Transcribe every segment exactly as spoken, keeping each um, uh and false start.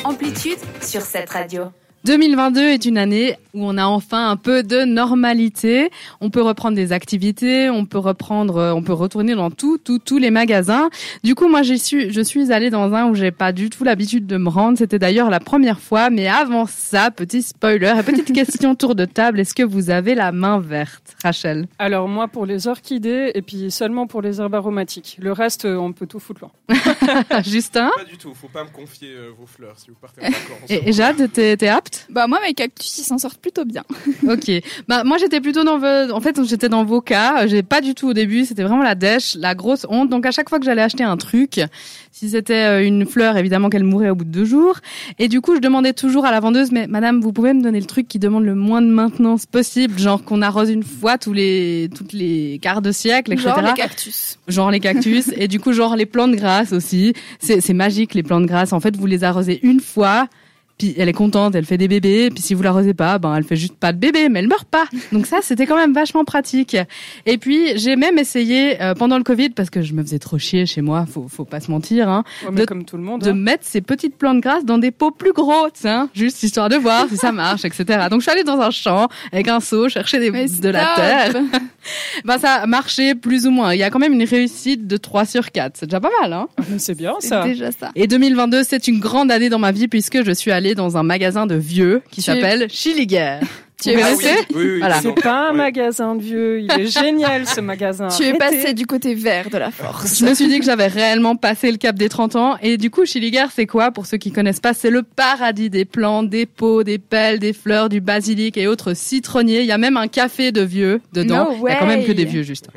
Amplitude sur cette radio. deux mille vingt-deux est une année où on a enfin un peu de normalité. On peut reprendre des activités, on peut reprendre, on peut retourner dans tout, tout, tous les magasins. Du coup, moi, j'y suis, je suis allée dans un où j'ai pas du tout l'habitude de me rendre. C'était d'ailleurs la première fois. Mais avant ça, petit spoiler et petite question tour de table. Est-ce que vous avez la main verte, Rachel? Alors moi, pour les orchidées et puis seulement pour les herbes aromatiques. Le reste, on peut tout foutre loin. Justin? Pas du tout. Faut pas me confier euh, vos fleurs si vous partez en vacances. Et, et Jade, t'es, t'es apte? Bah moi mes cactus ils s'en sortent plutôt bien. Ok. Bah moi j'étais plutôt dans vos... en fait j'étais dans vos cas, j'ai pas du tout au début, c'était vraiment la dèche, la grosse honte. Donc à chaque fois que j'allais acheter un truc, si c'était une fleur, évidemment qu'elle mourait au bout de deux jours. Et du coup je demandais toujours à la vendeuse, mais madame vous pouvez me donner le truc qui demande le moins de maintenance possible, genre qu'on arrose une fois tous les toutes les quarts de siècle, et cetera. Genre les cactus. Genre les cactus et du coup genre les plantes grasses aussi. C'est c'est magique les plantes grasses. En fait vous les arrosez une fois. Puis elle est contente, elle fait des bébés. Puis si vous l'arrosez pas, ben elle fait juste pas de bébé, mais elle meurt pas. Donc ça, c'était quand même vachement pratique. Et puis j'ai même essayé euh, pendant le Covid, parce que je me faisais trop chier chez moi, faut faut pas se mentir, hein, ouais, mais de, comme tout le monde, de hein. mettre ces petites plantes grasses dans des pots plus gros, hein, juste histoire de voir si ça marche, et cetera. Donc je suis allée dans un champ avec un seau chercher des, de la terre. Ben ça a marché plus ou moins. Il y a quand même une réussite de trois sur quatre. C'est déjà pas mal, hein. C'est bien ça. C'est déjà ça. Et deux mille vingt-deux, c'est une grande année dans ma vie puisque je suis allée dans un magasin de vieux qui Tu s'appelle es... Chiliguer. Tu es passé ah, oui, oui, oui, voilà. C'est pas un oui. magasin de vieux, il est génial ce magasin. Tu es Arrêtez. passé du côté vert de la force. Je me suis dit que j'avais réellement passé le cap des trente ans. Et du coup, Chiliguer, c'est quoi? Pour ceux qui connaissent pas, c'est le paradis des plantes, des pots, des pelles, des fleurs, du basilic et autres citronniers. Il y a même un café de vieux dedans. No Il y a quand même que des vieux, juste.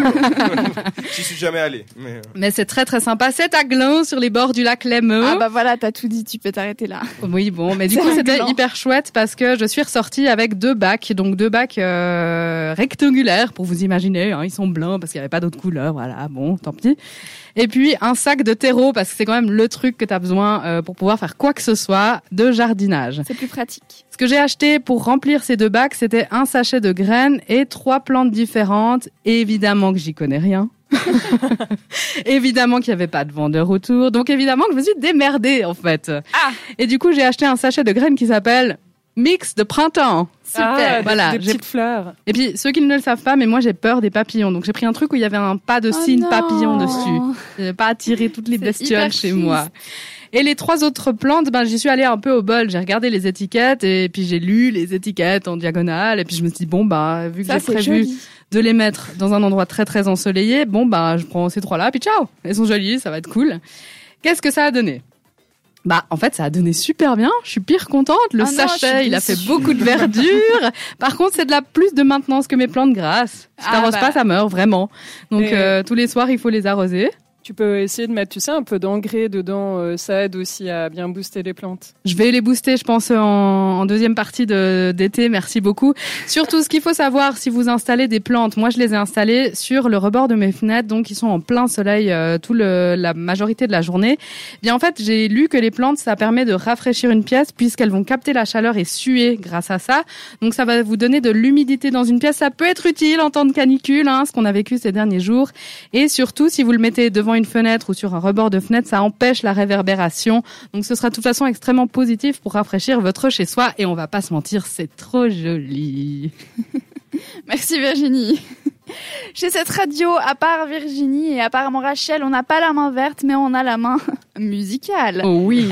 J'y suis jamais allé. Mais, mais c'est très très sympa. C'est à Glun, sur les bords du lac Lémeux. Ah bah voilà, t'as tout dit, tu peux t'arrêter là. Oui, bon, mais du coup, c'était hyper chouette parce que je suis ressortie avec deux bacs. Donc deux bacs euh, rectangulaires pour vous imaginer, hein, ils sont blancs parce qu'il n'y avait pas d'autres couleurs, voilà, bon, tant pis. Et puis un sac de terreau parce que c'est quand même le truc que tu as besoin euh, pour pouvoir faire quoi que ce soit de jardinage. C'est plus pratique. Ce que j'ai acheté pour remplir ces deux bacs, c'était un sachet de graines et trois plantes différentes. Et évidemment que j'y connais rien. Évidemment qu'il n'y avait pas de vendeur autour, donc évidemment que je me suis démerdée en fait. Ah. Et du coup j'ai acheté un sachet de graines qui s'appelle Mix de printemps. Super, ah, voilà, des, des petites fleurs. Et puis, ceux qui ne le savent pas, mais moi, j'ai peur des papillons. Donc, j'ai pris un truc où il y avait un pas de signe oh papillon dessus. Je n'avais pas attiré toutes les bestioles chez moi. Et les trois autres plantes, ben, j'y suis allée un peu au bol. J'ai regardé les étiquettes et puis j'ai lu les étiquettes en diagonale. Et puis, je me suis dit, bon, bah, vu que ça, j'ai prévu joli. de les mettre dans un endroit très, très ensoleillé, bon, bah, je prends ces trois-là, puis ciao. Elles sont jolies, ça va être cool. Qu'est-ce que ça a donné? Bah, en fait, ça a donné super bien. Je suis pire contente. Le oh sachet, non, il a fait beaucoup de verdure. Par contre, c'est de la plus de maintenance que mes plantes grasses. Si t'arroses ah bah. pas, ça meurt, vraiment. Donc, Et... euh, tous les soirs, il faut les arroser. Tu peux essayer de mettre, tu sais, un peu d'engrais dedans. Euh, ça aide aussi à bien booster les plantes. Je vais les booster, je pense, en, en deuxième partie de, d'été. Merci beaucoup. Surtout, ce qu'il faut savoir, si vous installez des plantes, moi, je les ai installées sur le rebord de mes fenêtres, donc ils sont en plein soleil euh, tout le, la majorité de la journée. Bien, en fait, j'ai lu que les plantes, ça permet de rafraîchir une pièce puisqu'elles vont capter la chaleur et suer grâce à ça. Donc, ça va vous donner de l'humidité dans une pièce. Ça peut être utile en temps de canicule, hein, ce qu'on a vécu ces derniers jours. Et surtout, si vous le mettez devant une fenêtre ou sur un rebord de fenêtre, ça empêche la réverbération. Donc ce sera de toute façon extrêmement positif pour rafraîchir votre chez-soi. Et on va pas se mentir, c'est trop joli. Merci Virginie. Chez cette radio, à part Virginie et apparemment Rachel, on n'a pas la main verte, mais on a la main musicale. Oh oui.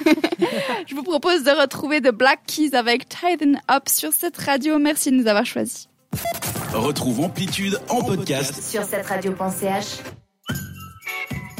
Je vous propose de retrouver The Black Keys avec Tighten Up sur cette radio. Merci de nous avoir choisis. Retrouve Amplitude en podcast sur cette radio point c h.